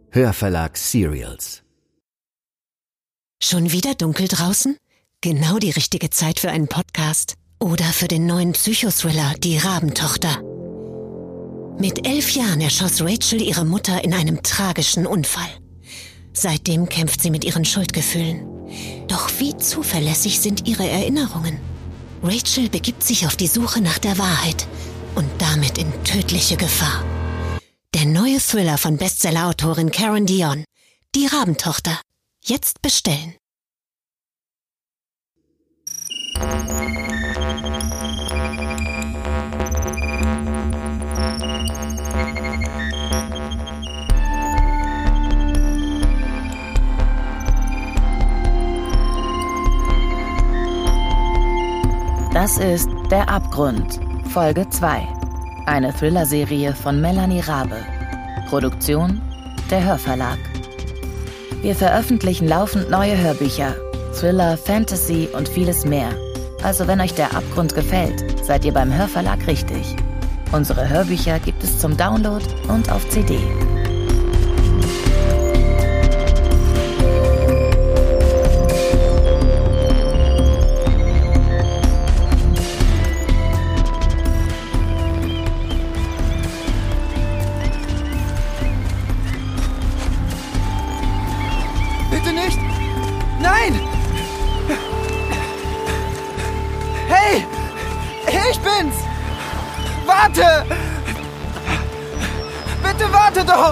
Hörverlag Serials. Schon wieder dunkel draußen? Genau die richtige Zeit für einen Podcast. Oder für den neuen Psychothriller Die Rabentochter. Mit 11 Jahren erschoss Rachel ihre Mutter in einem tragischen Unfall. Seitdem kämpft sie mit ihren Schuldgefühlen. Doch wie zuverlässig sind ihre Erinnerungen? Rachel begibt sich auf die Suche nach der Wahrheit und damit in tödliche Gefahr. Der neue Thriller von Bestsellerautorin Karen Dion, Die Rabentochter. Jetzt bestellen. Das ist Der Abgrund, Folge 2. Eine Thriller-Serie von Melanie Rabe. Produktion der Hörverlag. Wir veröffentlichen laufend neue Hörbücher, Thriller, Fantasy und vieles mehr. Also wenn euch Der Abgrund gefällt, seid ihr beim Hörverlag richtig. Unsere Hörbücher gibt es zum Download und auf CD. Bitte nicht! Nein! Hey! Ich bin's! Warte! Bitte warte doch!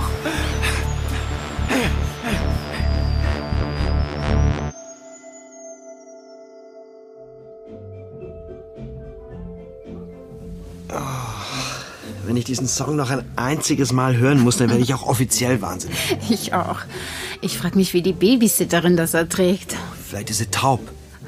Wenn ich diesen Song noch ein einziges Mal hören muss, dann werde ich auch offiziell wahnsinnig. Ich auch. Ich frage mich, wie die Babysitterin das erträgt. Vielleicht ist sie taub.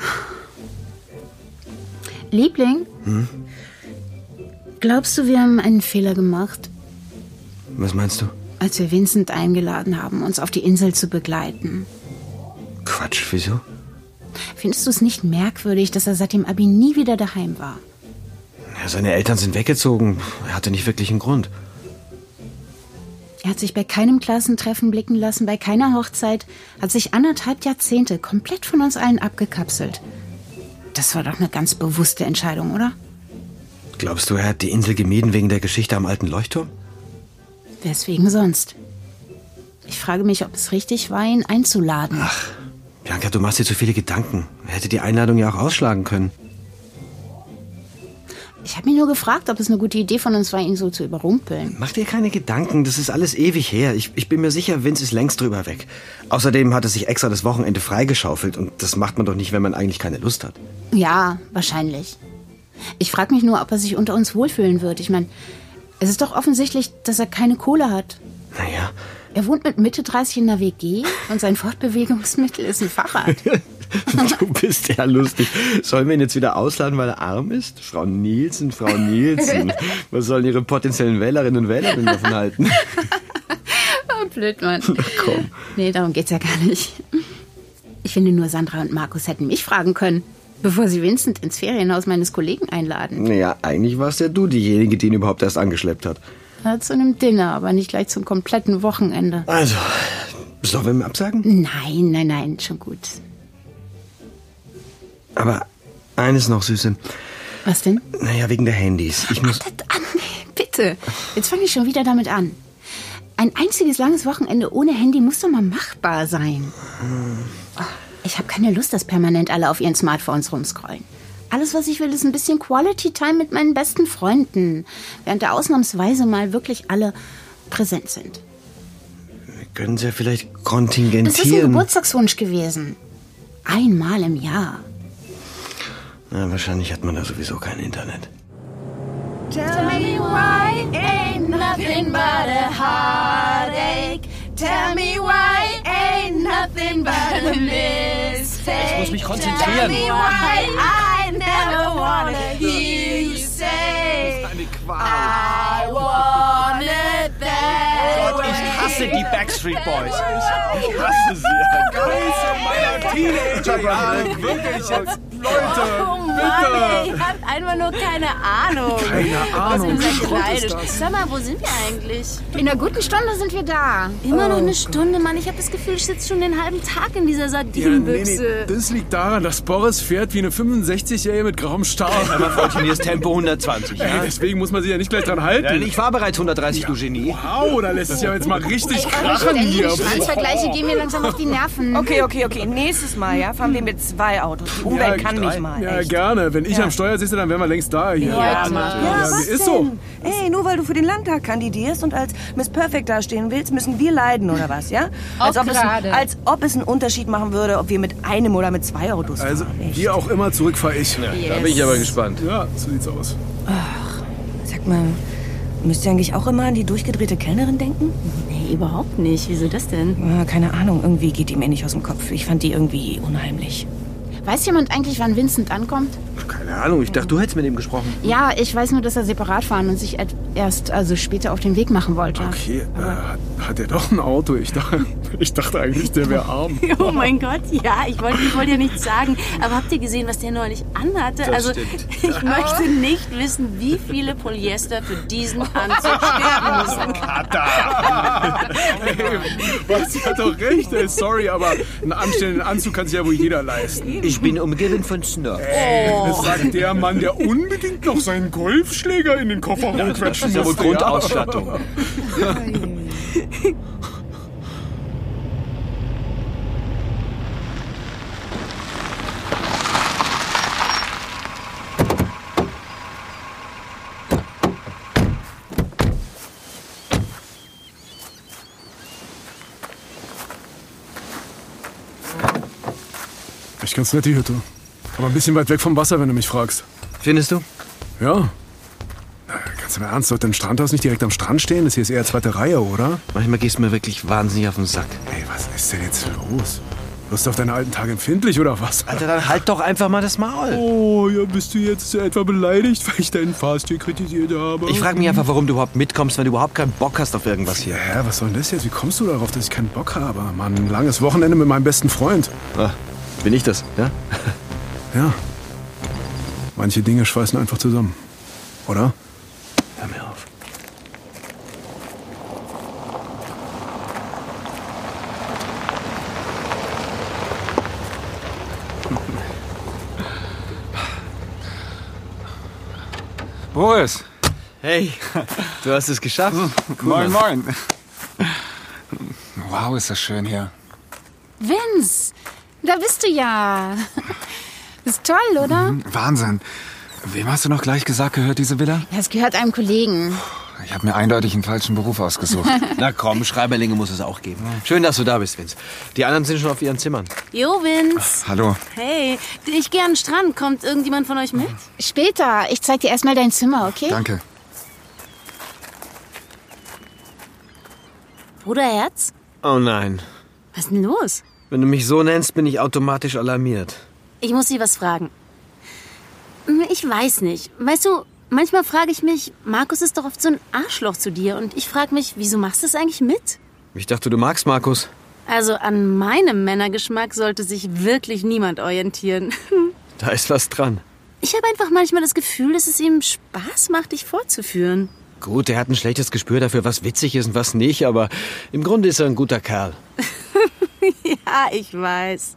Liebling? Glaubst du, wir haben einen Fehler gemacht, Was meinst du? als wir Vincent eingeladen haben, uns auf die Insel zu begleiten? Quatsch, wieso? Findest du es nicht merkwürdig, dass er seit dem Abi nie wieder daheim war? Ja, seine Eltern sind weggezogen. Er hatte nicht wirklich einen Grund. Er hat sich bei keinem Klassentreffen blicken lassen, bei keiner Hochzeit, hat sich 1,5 Jahrzehnte komplett von uns allen abgekapselt. Das war doch eine ganz bewusste Entscheidung, oder? Glaubst du, er hat die Insel gemieden wegen der Geschichte am alten Leuchtturm? Weswegen sonst? Ich frage mich, ob es richtig war, ihn einzuladen. Ach, Bianca, du machst dir zu viele Gedanken. Er hätte die Einladung ja auch ausschlagen können. Ich habe mich nur gefragt, ob es eine gute Idee von uns war, ihn so zu überrumpeln. Mach dir keine Gedanken, das ist alles ewig her. Ich bin mir sicher, Vince ist längst drüber weg. Außerdem hat er sich extra das Wochenende freigeschaufelt und das macht man doch nicht, wenn man eigentlich keine Lust hat. Ja, wahrscheinlich. Ich frage mich nur, ob er sich unter uns wohlfühlen wird. Ich meine, es ist doch offensichtlich, dass er keine Kohle hat. Naja. Er wohnt mit Mitte 30 in einer WG und sein Fortbewegungsmittel ist ein Fahrrad. Du bist ja lustig. Sollen wir ihn jetzt wieder ausladen, weil er arm ist? Frau Nielsen. Was sollen Ihre potenziellen Wählerinnen und Wähler denn davon halten? Oh, blöd, Mann. Na komm. Nee, darum geht's ja gar nicht. Ich finde nur, Sandra und Markus hätten mich fragen können, bevor sie Vincent ins Ferienhaus meines Kollegen einladen. Naja, eigentlich warst ja du diejenige, die ihn überhaupt erst angeschleppt hat. Ja, zu einem Dinner, aber nicht gleich zum kompletten Wochenende. Also, sollen wir ihm absagen? Nein, schon gut. Aber eines noch, Süße. Was denn? Naja, wegen der Handys. Ich muss... Nee, bitte. Jetzt fange ich schon wieder damit an. Ein einziges langes Wochenende ohne Handy muss doch mal machbar sein. Oh, ich habe keine Lust, dass permanent alle auf ihren Smartphones rumscrollen. Alles, was ich will, ist ein bisschen Quality Time mit meinen besten Freunden, während da ausnahmsweise mal wirklich alle präsent sind. Wir können sie ja vielleicht kontingentieren. Das ist ein Geburtstagswunsch gewesen. Einmal im Jahr. Na, wahrscheinlich hat man da sowieso kein Internet. Tell me why ain't nothing but a heartache. Tell me why ain't nothing but a mistake. Ich muss mich konzentrieren. Tell me why I never wanna hear you say Eine Qual. I want it that Gott, ich way. hasse die Backstreet Boys. Ich hasse sie. meiner Teenager-Jahre. Wirklich jetzt. Leute, Oh Mann, bitte. ihr habt einfach nur keine Ahnung. Keine Ahnung, Außerdem seid ihr Schrott ist neidisch. das. Sag mal, wo sind wir eigentlich? In einer guten Stunde sind wir da. Immer noch eine Stunde, Mann. Ich habe das Gefühl, ich sitze schon den halben Tag in dieser Sardinenbüchse. Das liegt daran, dass Boris fährt wie eine 65-Jährige mit grauem Star. Aber Freundchen, hier ist Tempo 120, Ey, ja? deswegen muss man sich ja nicht gleich dran halten. Ja, ich fahre bereits 130, du Genie. Wow, da lässt es ja jetzt mal richtig Eure krachen ständigen hier. Schwanzvergleiche gehen mir langsam auf die Nerven. Okay. Nächstes Mal, ja, fahren wir mit 2 Autos. Die Umwelt kann mich mal. Ja, echt. gerne. Wenn ich am Steuer sitze, dann wären wir längst da hier. Ja, was ist denn? so. Ey, nur weil du für den Landtag kandidierst und als Miss Perfect dastehen willst, müssen wir leiden, oder was, ja? Als ob es einen Unterschied machen würde, ob wir mit einem oder mit 2 Autos fahren. Also, echt. wie auch immer, zurück fahre ich. Da bin ich aber gespannt. Ja, so sieht's aus. Sag mal, müsst ihr eigentlich auch immer an die durchgedrehte Kellnerin denken? Nee, überhaupt nicht. Wieso das denn? Ja, keine Ahnung, irgendwie geht die mir nicht aus dem Kopf. Ich fand die irgendwie unheimlich. Weiß jemand eigentlich, wann Vincent ankommt? Keine Ahnung, ich dachte, du hättest mit ihm gesprochen. Ja, ich weiß nur, dass er separat fahren und sich erst später auf den Weg machen wollte. Okay, hat er doch ein Auto? Ich dachte eigentlich, der wäre arm. Oh mein Gott, ja, ich wollte ja nichts sagen. Aber habt ihr gesehen, was der neulich anhatte? Das Also, stimmt. ich möchte nicht wissen, wie viele Polyester für diesen Anzug sterben müssen. Was, sie hat doch recht, ey, sorry, aber einen anständigen Anzug kann sich ja wohl jeder leisten. Ich bin umgeben von Snob. Das sagt der Mann, der unbedingt noch seinen Golfschläger in den Kofferraum quetschen Das ist ja wohl musste. Grundausstattung. Echt ganz nett, die Hütte. Aber ein bisschen weit weg vom Wasser, wenn du mich fragst. Findest du? Ja. Na, ganz im Ernst, sollte ein Strandhaus nicht direkt am Strand stehen? Das hier ist eher zweite Reihe, oder? Manchmal gehst du mir wirklich wahnsinnig auf den Sack. Ey, was ist denn jetzt los? Wirst du auf deine alten Tage empfindlich, oder was? Alter, dann halt doch einfach mal das Maul. Oh, ja, bist du jetzt etwa beleidigt, weil ich deinen Fahrstil kritisiert habe? Ich frage mich einfach, warum du überhaupt mitkommst, wenn du überhaupt keinen Bock hast auf irgendwas hier. Hä, was soll denn das jetzt? Wie kommst du darauf, dass ich keinen Bock habe? Mann, ein langes Wochenende mit meinem besten Freund. Ah, bin ich das, ja? Ja. Manche Dinge schweißen einfach zusammen. Oder? Hör mir auf. Boris. Hey, du hast es geschafft. Moin, moin. Wow, ist das schön hier. Vince, da bist du ja. Ist toll, oder? Wahnsinn. Wem hast du noch gleich gesagt, gehört diese Villa? Ja, es gehört einem Kollegen. Ich habe mir eindeutig einen falschen Beruf ausgesucht. Na komm, Schreiberlinge muss es auch geben. Schön, dass du da bist, Vince. Die anderen sind schon auf ihren Zimmern. Jo, Vince. Hallo. Hey, ich gehe an den Strand. Kommt irgendjemand von euch mit? Später. Ich zeig dir erstmal dein Zimmer, okay? Danke. Bruderherz? Oh nein. Was ist denn los? Wenn du mich so nennst, bin ich automatisch alarmiert. Ich muss Sie was fragen. Ich weiß nicht. Weißt du, manchmal frage ich mich, Markus ist doch oft so ein Arschloch zu dir. Und ich frage mich, wieso machst du es eigentlich mit? Ich dachte, du magst Markus. Also an meinem Männergeschmack sollte sich wirklich niemand orientieren. Da ist was dran. Ich habe einfach manchmal das Gefühl, dass es ihm Spaß macht, dich vorzuführen. Gut, er hat ein schlechtes Gespür dafür, was witzig ist und was nicht, aber im Grunde ist er ein guter Kerl. Ja, ich weiß.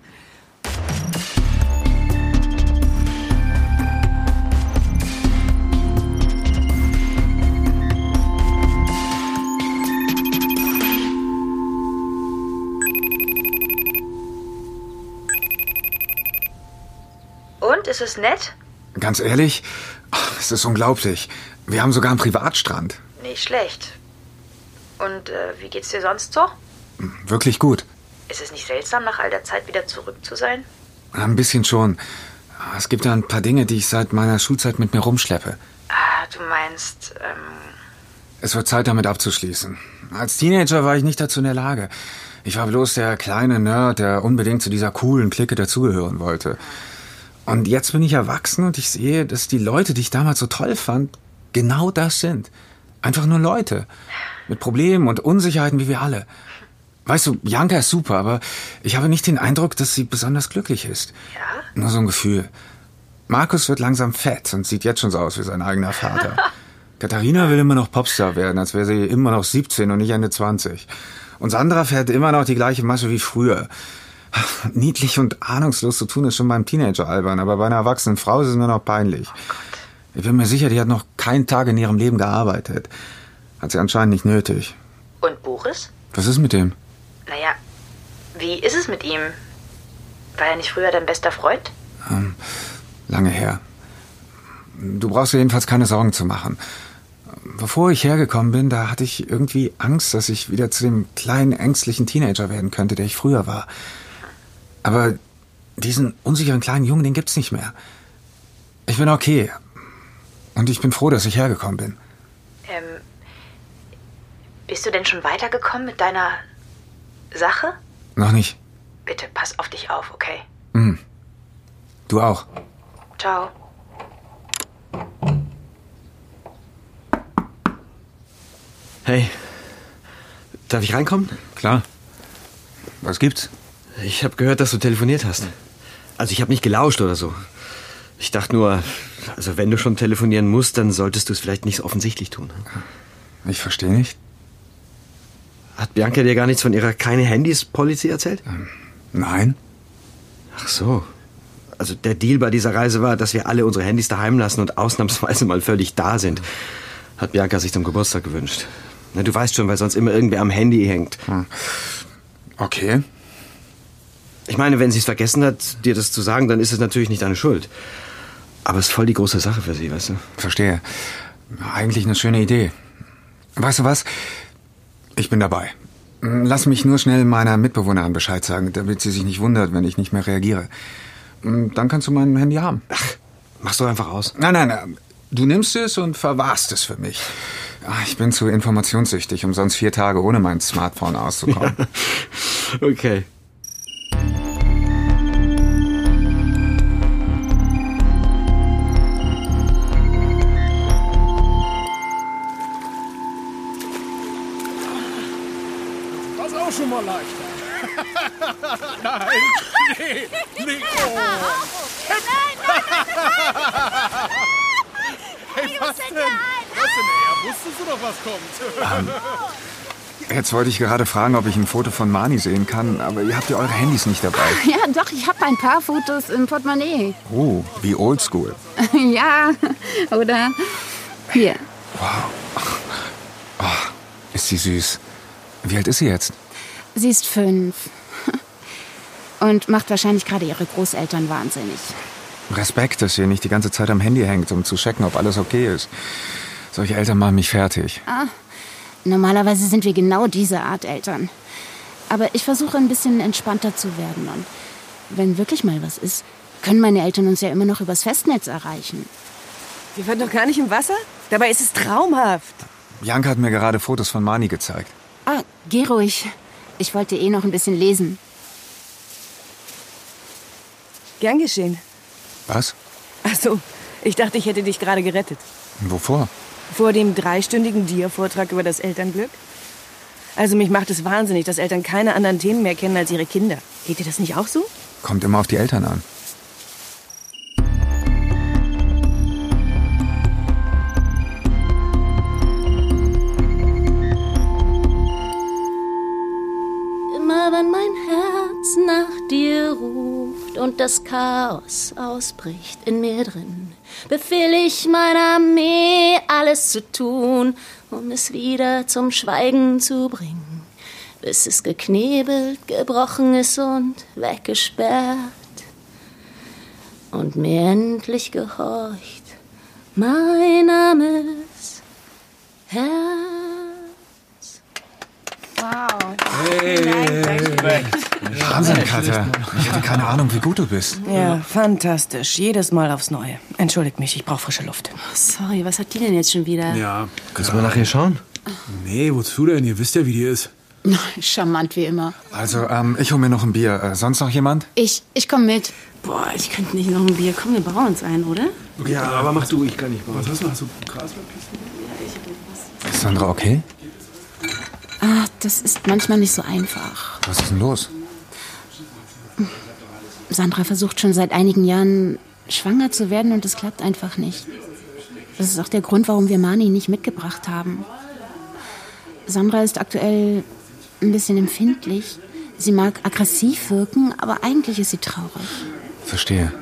Und, ist es nett? Ganz ehrlich, es ist unglaublich. Wir haben sogar einen Privatstrand. Nicht schlecht. Und wie geht's dir sonst so? Wirklich gut. Ist es nicht seltsam, nach all der Zeit wieder zurück zu sein? Ein bisschen schon. Es gibt ja ein paar Dinge, die ich seit meiner Schulzeit mit mir rumschleppe. Ah, du meinst, Es wird Zeit, damit abzuschließen. Als Teenager war ich nicht dazu in der Lage. Ich war bloß der kleine Nerd, der unbedingt zu dieser coolen Clique dazugehören wollte. Und jetzt bin ich erwachsen und ich sehe, dass die Leute, die ich damals so toll fand, genau das sind. Einfach nur Leute. Mit Problemen und Unsicherheiten wie wir alle. Weißt du, Bianca ist super, aber ich habe nicht den Eindruck, dass sie besonders glücklich ist. Ja? Nur so ein Gefühl. Markus wird langsam fett und sieht jetzt schon so aus wie sein eigener Vater. Katharina will immer noch Popstar werden, als wäre sie immer noch 17 und nicht Ende 20. Und Sandra fährt immer noch die gleiche Masche wie früher. Niedlich und ahnungslos zu tun ist schon beim Teenager albern, aber bei einer erwachsenen Frau ist es mir noch peinlich. Ich bin mir sicher, die hat noch keinen Tag in ihrem Leben gearbeitet. Hat sie anscheinend nicht nötig. Und Boris? Was ist mit dem? Naja, wie ist es mit ihm? War er nicht früher dein bester Freund? Lange her. Du brauchst dir jedenfalls keine Sorgen zu machen. Bevor ich hergekommen bin, da hatte ich irgendwie Angst, dass ich wieder zu dem kleinen, ängstlichen Teenager werden könnte, der ich früher war. Aber diesen unsicheren kleinen Jungen, den gibt's nicht mehr. Ich bin okay. Und ich bin froh, dass ich hergekommen bin. Bist du denn schon weitergekommen mit deiner Sache? Noch nicht. Bitte pass auf dich auf, okay? Du auch. Ciao. Hey, darf ich reinkommen? Klar. Was gibt's? Ich habe gehört, dass du telefoniert hast. Also ich habe nicht gelauscht oder so. Ich dachte nur, also wenn du schon telefonieren musst, dann solltest du es vielleicht nicht so offensichtlich tun. Ich verstehe nicht. Hat Bianca dir gar nichts von ihrer Keine-Handys-Policy erzählt? Nein. Ach so. Also der Deal bei dieser Reise war, dass wir alle unsere Handys daheim lassen und ausnahmsweise mal völlig da sind. Hat Bianca sich zum Geburtstag gewünscht. Na, du weißt schon, weil sonst immer irgendwer am Handy hängt. Okay. Ich meine, wenn sie es vergessen hat, dir das zu sagen, dann ist es natürlich nicht deine Schuld. Aber es ist voll die große Sache für sie, weißt du? Verstehe. Eigentlich eine schöne Idee. Weißt du was? Ich bin dabei. Lass mich nur schnell meiner Mitbewohnerin Bescheid sagen, damit sie sich nicht wundert, wenn ich nicht mehr reagiere. Dann kannst du mein Handy haben. Ach, mach's doch einfach aus. Nein. Du nimmst es und verwahrst es für mich. Ich bin zu informationssüchtig, um sonst 4 Tage ohne mein Smartphone auszukommen. Ja. Okay. Das ist auch schon mal leichter. Nein, nee. Oh. Hey, was denn? Wusstest du doch, was kommt? Jetzt wollte ich gerade fragen, ob ich ein Foto von Mani sehen kann, aber ihr habt ja eure Handys nicht dabei. Ja, doch, ich habe ein paar Fotos im Portemonnaie. Oh, wie oldschool. Ja, oder? Hier. Wow. Oh, ist sie süß. Wie alt ist sie jetzt? Sie ist 5. Und macht wahrscheinlich gerade ihre Großeltern wahnsinnig. Respekt, dass ihr nicht die ganze Zeit am Handy hängt, um zu checken, ob alles okay ist. Solche Eltern machen mich fertig. Normalerweise sind wir genau diese Art Eltern. Aber ich versuche ein bisschen entspannter zu werden. Und wenn wirklich mal was ist, können meine Eltern uns ja immer noch übers Festnetz erreichen. Wir waren doch gar nicht im Wasser? Dabei ist es traumhaft. Bianca hat mir gerade Fotos von Mani gezeigt. Geh ruhig. Ich wollte noch ein bisschen lesen. Gern geschehen. Was? Ach so, ich dachte, ich hätte dich gerade gerettet. Wovor? Vor dem 3-stündigen Dia-Vortrag über das Elternglück. Also mich macht es wahnsinnig, dass Eltern keine anderen Themen mehr kennen als ihre Kinder. Geht dir das nicht auch so? Kommt immer auf die Eltern an. Immer wenn mein Herz nach dir ruft und das Chaos ausbricht in mir drin, befehl ich meiner Armee, alles zu tun, um es wieder zum Schweigen zu bringen, bis es geknebelt, gebrochen ist und weggesperrt und mir endlich gehorcht mein armes Herz. Wow. Hey. Wahnsinn, Katja. Ich hatte keine Ahnung, wie gut du bist. Ja, fantastisch. Jedes Mal aufs Neue. Entschuldigt mich, ich brauche frische Luft. Sorry, was hat die denn jetzt schon wieder? Ja. Kannst du mal nachher schauen? Nee, wozu denn? Ihr wisst ja, wie die ist. Charmant wie immer. Also, ich hol mir noch ein Bier. Sonst noch jemand? Ich komme mit. Boah, ich könnte nicht noch ein Bier. Komm, wir bauen uns ein, oder? Okay, ja, aber mach du, ich kann nicht bauen. Was hast du? Hast du Graswurzel? Ist Sandra okay? das ist manchmal nicht so einfach. Was ist denn los? Sandra versucht schon seit einigen Jahren, schwanger zu werden und es klappt einfach nicht. Das ist auch der Grund, warum wir Mani nicht mitgebracht haben. Sandra ist aktuell ein bisschen empfindlich. Sie mag aggressiv wirken, aber eigentlich ist sie traurig. Verstehe.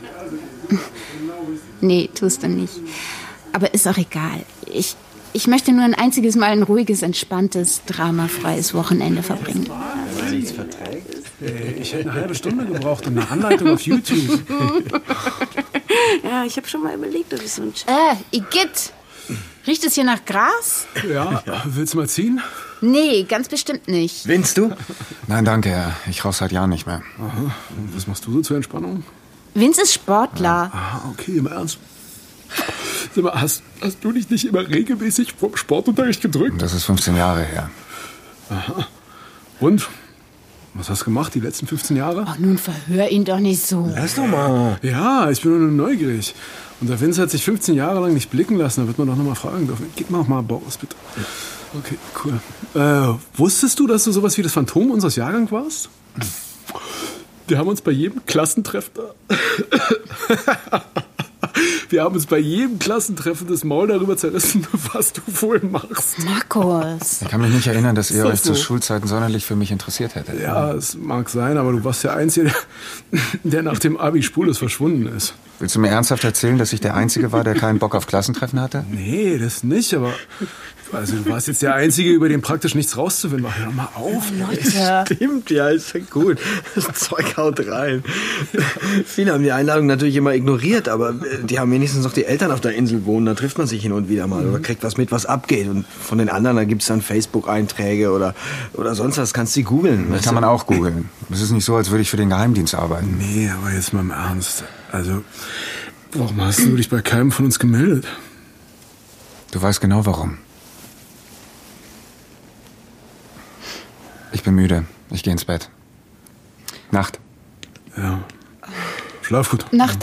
Nee, tust du nicht. Aber ist auch egal. Ich möchte nur ein einziges Mal ein ruhiges, entspanntes, dramafreies Wochenende verbringen. Wenn man nichts verträgt? Ich hätte eine halbe Stunde gebraucht und eine Anleitung auf YouTube. Ja, ich habe schon mal überlegt, ob ich so ein... Igitt! Riecht es hier nach Gras? Ja, willst du mal ziehen? Nee, ganz bestimmt nicht. Willst du? Nein, danke. Ich rauche seit Jahren nicht mehr. Aha. Und was machst du so zur Entspannung? Vince ist Sportler. Ah, okay, im Ernst. Sag mal, hast du dich nicht immer regelmäßig vom Sportunterricht gedrückt? Das ist 15 Jahre her. Aha. Und? Was hast du gemacht die letzten 15 Jahre? Ach, nun verhör ihn doch nicht so. Lass doch mal. Ja, ich bin nur neugierig. Und der Vince hat sich 15 Jahre lang nicht blicken lassen. Da wird man doch noch mal fragen dürfen. Gib mal Boris, bitte. Okay, cool. Wusstest du, dass du sowas wie das Phantom unseres Jahrgangs warst? Wir haben uns bei jedem Klassentreffen... Wir haben uns bei jedem Klassentreffen das Maul darüber zerrissen, was du wohl machst. Markus. Ich kann mich nicht erinnern, dass ihr euch zu Schulzeiten sonderlich für mich interessiert hättet. Ja, es mag sein, aber du warst der Einzige, der nach dem Abi spurlos verschwunden ist. Willst du mir ernsthaft erzählen, dass ich der Einzige war, der keinen Bock auf Klassentreffen hatte? Nee, das nicht, aber... Also du warst jetzt der Einzige, über den praktisch nichts rauszufinden war. Hör mal auf, Leute. Stimmt, ja, ist ja gut. Das Zeug haut rein. Viele haben die Einladung natürlich immer ignoriert, aber die haben wenigstens noch die Eltern auf der Insel wohnen. Da trifft man sich hin und wieder mal oder kriegt was mit, was abgeht. Und von den anderen, da gibt es dann Facebook-Einträge oder sonst was. Kannst du googeln. Das kann man auch googeln. Es ist nicht so, als würde ich für den Geheimdienst arbeiten. Nee, aber jetzt mal im Ernst. Also, warum hast du dich bei keinem von uns gemeldet? Du weißt genau warum. Ich bin müde. Ich gehe ins Bett. Nacht. Ja. Schlaf gut. Nacht.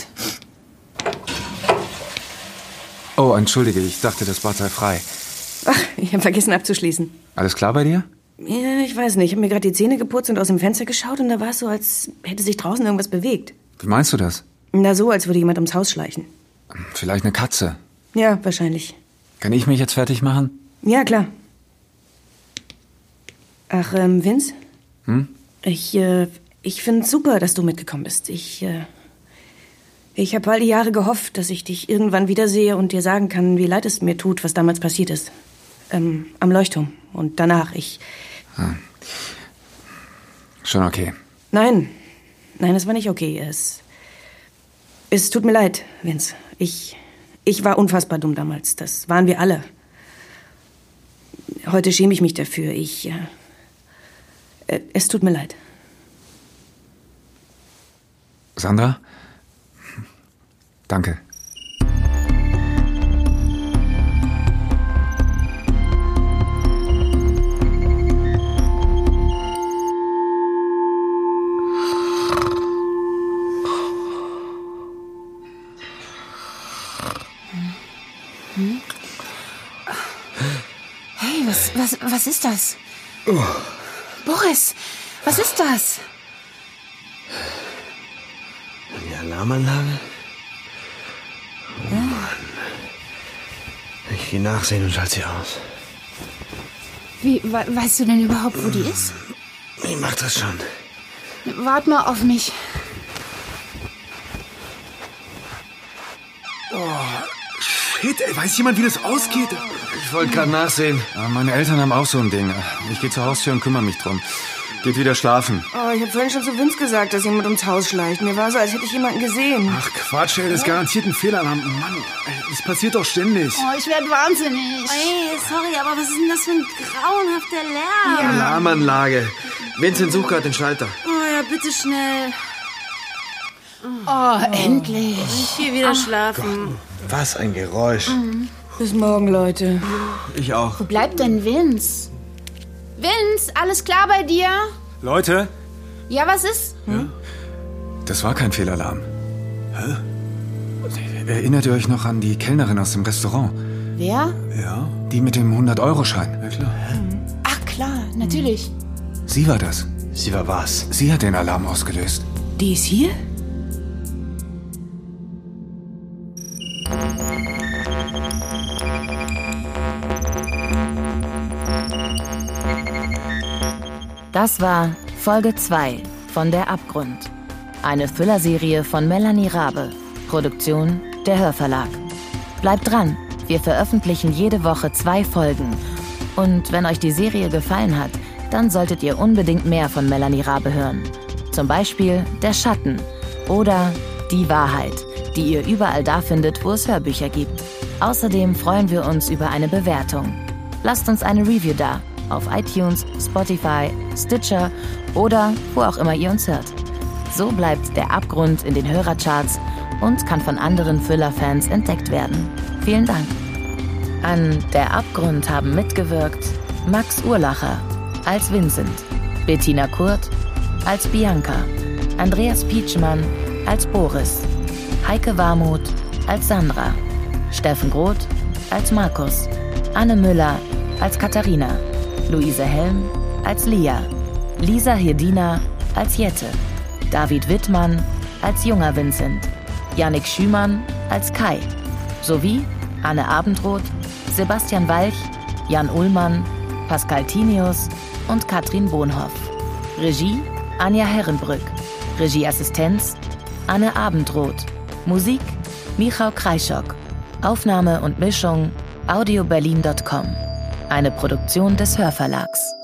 Oh, entschuldige, ich dachte, das Bad sei frei. Ach, ich habe vergessen abzuschließen. Alles klar bei dir? Ja, ich weiß nicht. Ich habe mir gerade die Zähne geputzt und aus dem Fenster geschaut und da war es so, als hätte sich draußen irgendwas bewegt. Wie meinst du das? Na so, als würde jemand ums Haus schleichen. Vielleicht eine Katze. Ja, wahrscheinlich. Kann ich mich jetzt fertig machen? Ja, klar. Ach, Vince? Hm? Ich finde es super, dass du mitgekommen bist. Ich habe all die Jahre gehofft, dass ich dich irgendwann wiedersehe und dir sagen kann, wie leid es mir tut, was damals passiert ist. Am Leuchtturm. Und danach, Schon okay. Nein, es war nicht okay. Es tut mir leid, Vince. Ich war unfassbar dumm damals. Das waren wir alle. Heute schäme ich mich dafür. Es tut mir leid. Sandra? Danke. Hey, was ist das? Boris, was ist das? Die Alarmanlage? Oh Mann. Ich gehe nachsehen und schalte sie aus. Wie, weißt du denn überhaupt, wo die ist? Ich mach das schon. Wart mal auf mich. Shit, ey, weiß jemand, wie das ausgeht? Ich wollte gerade nachsehen. Meine Eltern haben auch so ein Ding. Ich gehe zur Haustür und kümmere mich drum. Geht wieder schlafen. Oh, ich habe vorhin schon zu Vince gesagt, dass jemand ums Haus schleicht. Mir war so, als hätte ich jemanden gesehen. Ach Quatsch, ey, das ist garantiert ein Fehlalarm. Mann, ey, das passiert doch ständig. Oh, ich werde wahnsinnig. Ey, sorry, aber was ist denn das für ein grauenhafter Lärm? Ja. Alarmanlage. Vincent sucht gerade den Schalter. Oh ja, bitte schnell. Oh, endlich. Ich gehe wieder schlafen. Was ein Geräusch. Bis morgen, Leute. Ich auch. Wo bleibt denn Vince? Vince, alles klar bei dir? Leute? Ja, was ist? Das war kein Fehlalarm. Erinnert ihr euch noch an die Kellnerin aus dem Restaurant? Wer? Ja? Die mit dem 100-Euro-Schein. Ja, klar. Ach, klar. natürlich. Sie war das. Sie war was? Sie hat den Alarm ausgelöst. Die ist hier? Das war Folge 2 von Der Abgrund. Eine Thriller-Serie von Melanie Rabe. Produktion der Hörverlag. Bleibt dran, wir veröffentlichen jede Woche 2 Folgen. Und wenn euch die Serie gefallen hat, dann solltet ihr unbedingt mehr von Melanie Rabe hören. Zum Beispiel Der Schatten oder Die Wahrheit, die ihr überall da findet, wo es Hörbücher gibt. Außerdem freuen wir uns über eine Bewertung. Lasst uns eine Review da, auf iTunes, Spotify, Stitcher oder wo auch immer ihr uns hört. So bleibt Der Abgrund in den Hörercharts und kann von anderen Thriller-Fans entdeckt werden. Vielen Dank. An Der Abgrund haben mitgewirkt Max Urlacher als Vincent, Bettina Kurt als Bianca, Andreas Pietschmann als Boris, Heike Warmuth als Sandra, Steffen Groth als Markus, Anne Müller als Katharina, Luise Helm als Lia, Lisa Hirdina als Jette, David Wittmann als junger Vincent, Jannik Schümann als Kai, sowie Anne Abendroth, Sebastian Walch, Jan Ullmann, Pascal Tinius und Katrin Bohnhoff. Regie Anja Herrenbrück. Regieassistenz Anne Abendroth. Musik Michał Kreischock. Aufnahme und Mischung audioberlin.com. Eine Produktion des Hörverlags.